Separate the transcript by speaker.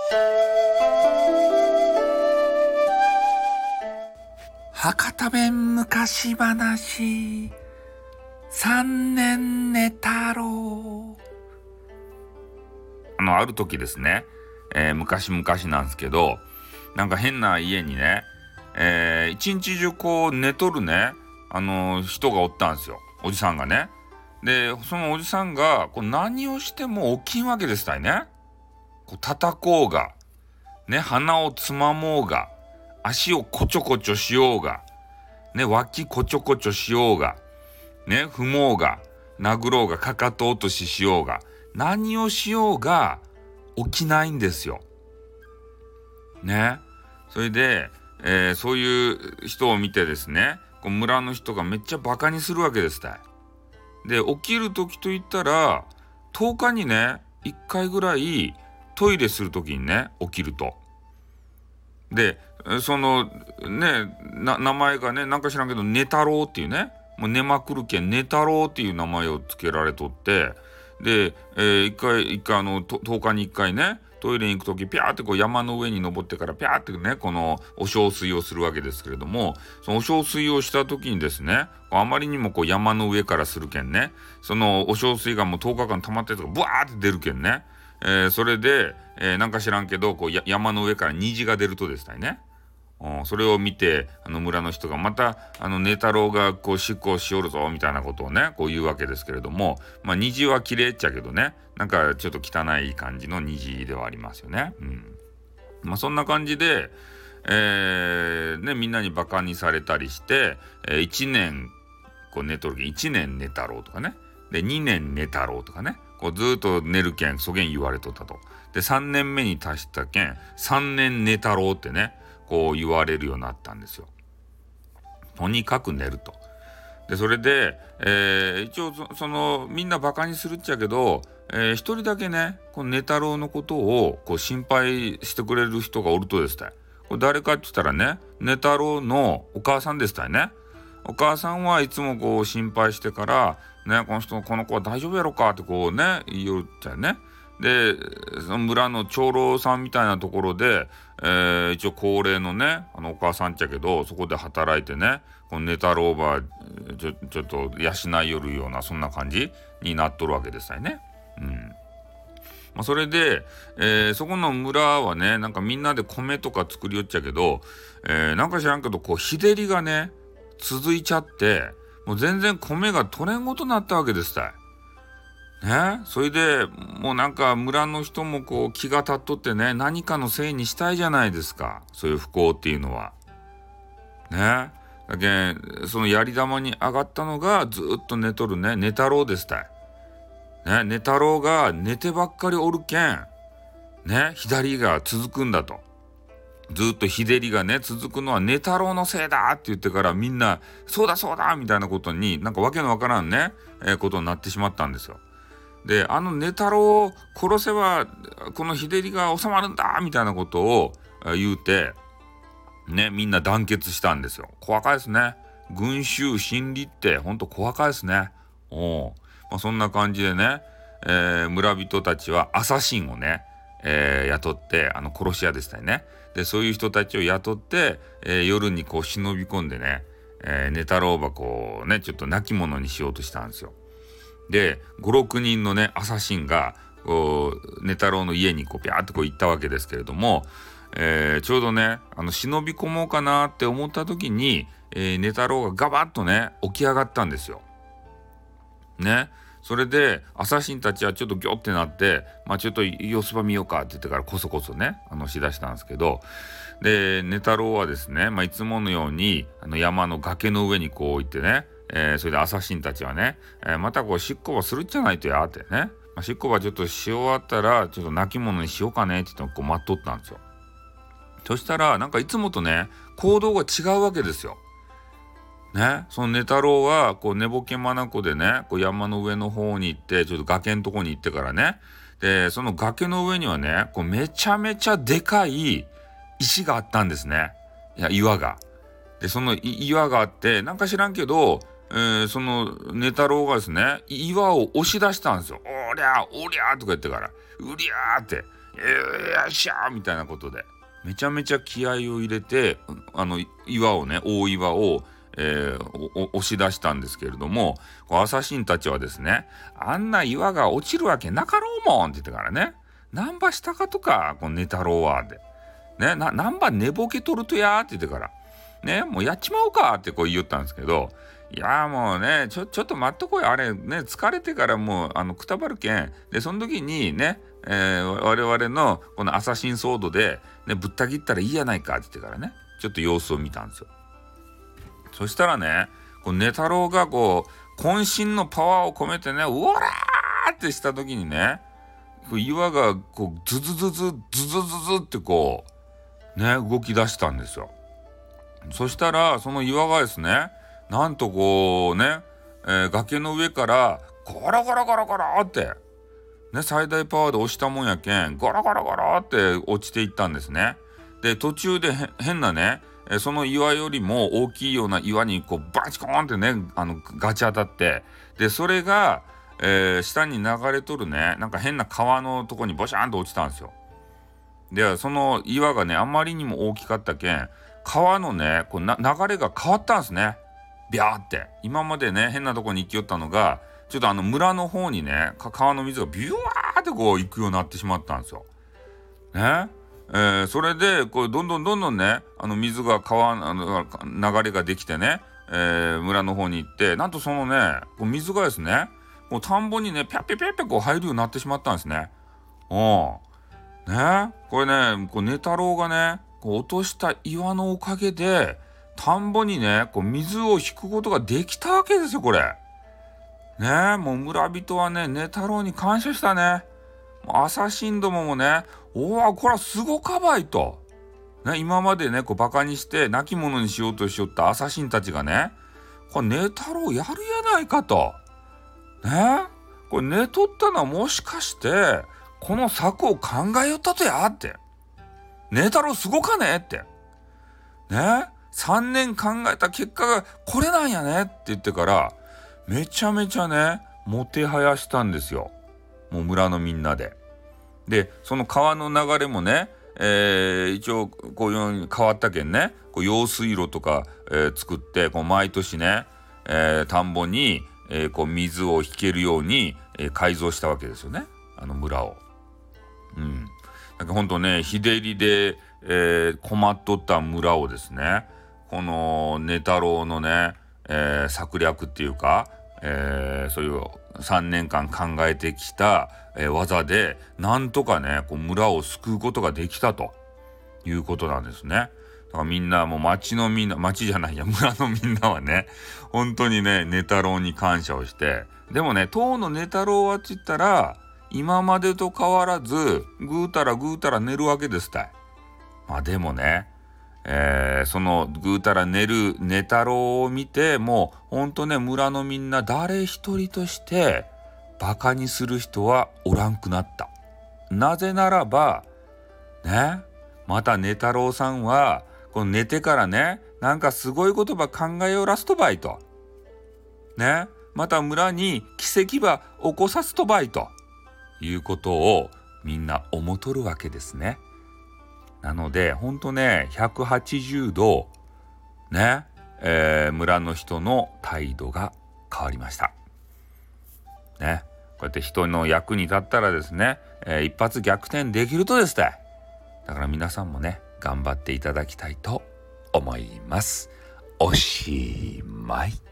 Speaker 1: 博多弁昔話三年寝太郎。ある時ですね、昔々なんですけど、なんか変な家にね、一日中こう寝とるね人がおったんですよ、おじさんがね。でそのおじさんがこう何をしても起きんわけですたいね。こう叩こうがね、鼻をつまもうが、足をこちょこちょしようがね、脇こちょこちょしようがね、踏もうが殴ろうがかかと落とししようが何をしようが起きないんですよね。それで、そういう人を見てですね、こう村の人がめっちゃバカにするわけですたい。で起きる時といったら10日にね1回ぐらいトイレする時にね起きると。でそのね名前がねなんか知らんけど寝太郎っていうね、もう寝まくるけん寝太郎っていう名前をつけられとって、で、一回10日に1回ねトイレに行く時ピャーってこう山の上に登ってからピャーってねこのお小水をするわけですけれども、そのお小水をした時にですね、あまりにもこう山の上からするけんね、そのお小水がもう10日間溜まってるとかブワーって出るけんね、それで、なんか知らんけどこう山の上から虹が出るとですね、それを見て村の人がまた寝太郎がこう執行しおるぞみたいなことをねこう言うわけですけれども、まあ虹は綺麗っちゃけどね、なんかちょっと汚い感じの虹ではありますよね。まあそんな感じで、みんなにバカにされたりして、1年こう寝とるけん1年寝太郎とかね、で2年寝太郎とかね、こうずっと寝るけんそげん言われとったと。で3年目に達したけん3年寝太郎ってねこう言われるようになったんですよ。とにかく寝ると。でそれで、一応そのみんなバカにするっちゃけど、一人だけねこの寝太郎のことをこう心配してくれる人がおるとですたい。これ誰かって言ったらね寝太郎のお母さんですたいね。お母さんはいつもこう心配してからね、この子は大丈夫やろかってこうね言いよっちゃうね。でその村の長老さんみたいなところで、一応高齢のねお母さんっちゃけど、そこで働いてねこの寝太郎ばちょっと養いよるようなそんな感じになっとるわけですよね。まあ、それで、そこの村はねなんかみんなで米とか作りよっちゃけど、なんか知らんけどこう日照りがね続いちゃってもう全然米が取れんごとなったわけですたい。ね、それでもうなんか村の人もこう気が立っとってね、何かのせいにしたいじゃないですか、そういう不幸っていうのはね。だけんそのやり玉に上がったのがずっと寝とるね寝太郎ですたいね。寝太郎が寝てばっかりおるけんね左が続くんだと。ずっと日照りがね続くのは寝太郎のせいだって言ってからみんなそうだそうだみたいなことになんかわけのわからんね、ことになってしまったんですよ。で寝太郎を殺せばこの日照りが収まるんだみたいなことを言うてねみんな団結したんですよ。怖かいですね。群衆心理ってほんと怖かいですね。まあ、そんな感じでね、村人たちはアサシンをね、雇って殺し屋でしたよね。でそういう人たちを雇って、夜にこう忍び込んでね、寝太郎ばこうねちょっと亡き者にしようとしたんですよ。で5、6人のねアサシンがこう寝太郎の家にこうピャーってこう行ったわけですけれども、ちょうどね忍び込もうかなって思った時に、寝太郎がガバッとね起き上がったんですよね。それでアサシンたちはちょっとギョってなって、まあちょっと様子ば見ようかって言ってからこそこそねしだしたんですけど、で寝太郎はですね、まあいつものように山の崖の上にこう置いてね、それでアサシンたちはね、またこう執行はするっちゃないとやってね、まあ、執行はちょっとし終わったらちょっと泣き者にしようかねって言ってこう待っとったんですよ。そしたらなんかいつもとね行動が違うわけですよ。ね、その寝太郎はこう寝ぼけ眼でねこう山の上の方に行ってちょっと崖のとこに行ってからね、でその崖の上にはねこうめちゃめちゃでかい石があったんですね。いや岩が。でその岩があってなんか知らんけど、その寝太郎がですね岩を押し出したんですよ。おりゃおりゃとか言ってからうりゃーってよっしゃーみたいなことでめちゃめちゃ気合を入れて岩をね、大岩を、押し出したんですけれども、アサシンたちはですね、あんな岩が落ちるわけなかろうもんって言ってからね、なんばしたかとかこの寝太郎はでね、なんば寝ぼけとるとやーって言ってからね、もうやっちまおうかってこう言ったんですけど、いやもうね、ちょっと待っとこい、あれね、疲れてからもうくたばるけんで、その時にね、我々のこのアサシンソードで、ね、ぶった切ったらいいやないかって言ってからね、ちょっと様子を見たんですよ。そしたらね、こう寝太郎がこう渾身のパワーを込めてね、うおらーってした時にね、岩がこうズズズズズズズズってこうね、動き出したんですよ。そしたらその岩がですね、なんとこうね、崖の上からゴロゴロゴロゴロってね、最大パワーで押したもんやけんゴロゴロゴロって落ちていったんですね。で途中で変なね、その岩よりも大きいような岩にこうバチコーンってね、ガチ当たって、でそれが、下に流れとるね、なんか変な川のとこにボシャーンと落ちたんですよ。でその岩がね、あまりにも大きかったけん川のね、こう流れが変わったんですね。ビャーって。今までね、変なとこに行きよったのが、ちょっと村の方にね、川の水がビュワーってこう行くようになってしまったんですよ。ね。それでこうどんどんね、水が流れができてね、村の方に行って、なんとそのね、こう水がですね、もう田んぼにね、ピャッピャッピャッピャこう入るようになってしまったんですね。ね、これね、こう寝太郎がね、こう落とした岩のおかげで田んぼにね、こう水を引くことができたわけですよ、これ。ね、もう村人はね、寝太郎に感謝したね。アサシンどももね、おお、これはすごかばいと。ね、今までね、こうバカにして亡き者にしようとしよったアサシンたちがね、これ寝太郎やるやないかと。ね、これ寝とったのはもしかしてこの策を考えよったとやって。寝太郎すごかねって。ね、3年考えた結果がこれなんやねって言ってから、めちゃめちゃね、もてはやしたんですよ。もう村のみんなで。で、その川の流れもね、一応こういうように変わったけんね、こう用水路とか、作ってこう毎年ね、田んぼに、こう水を引けるように、改造したわけですよね、村を。なんかほんとね、日照りで、困っとった村をですね、この寝太郎のね、策略っていうか、そういう3年間考えてきた、技でなんとかね、こう村を救うことができたということなんですね。だからみんなもう町じゃないや、村のみんなはね、本当にね、寝太郎に感謝をして、でもね、当の寝太郎はって言ったら今までと変わらずぐうたら寝るわけですたい。まあでもね、そのぐうたら寝る寝太郎を見て、もうほんとね、村のみんな誰一人としてバカにする人はおらんくなった。なぜならばね、また寝太郎さんはこの寝てからね、なんかすごい言葉考えよらすとばいとね、また村に奇跡ば起こさすとばいということをみんな思っとるわけですね。なのでほんとね、180度ね、村の人の態度が変わりましたね。こうやって人の役に立ったらですね、一発逆転できるとですね。だから皆さんもね、頑張っていただきたいと思います。おしまい。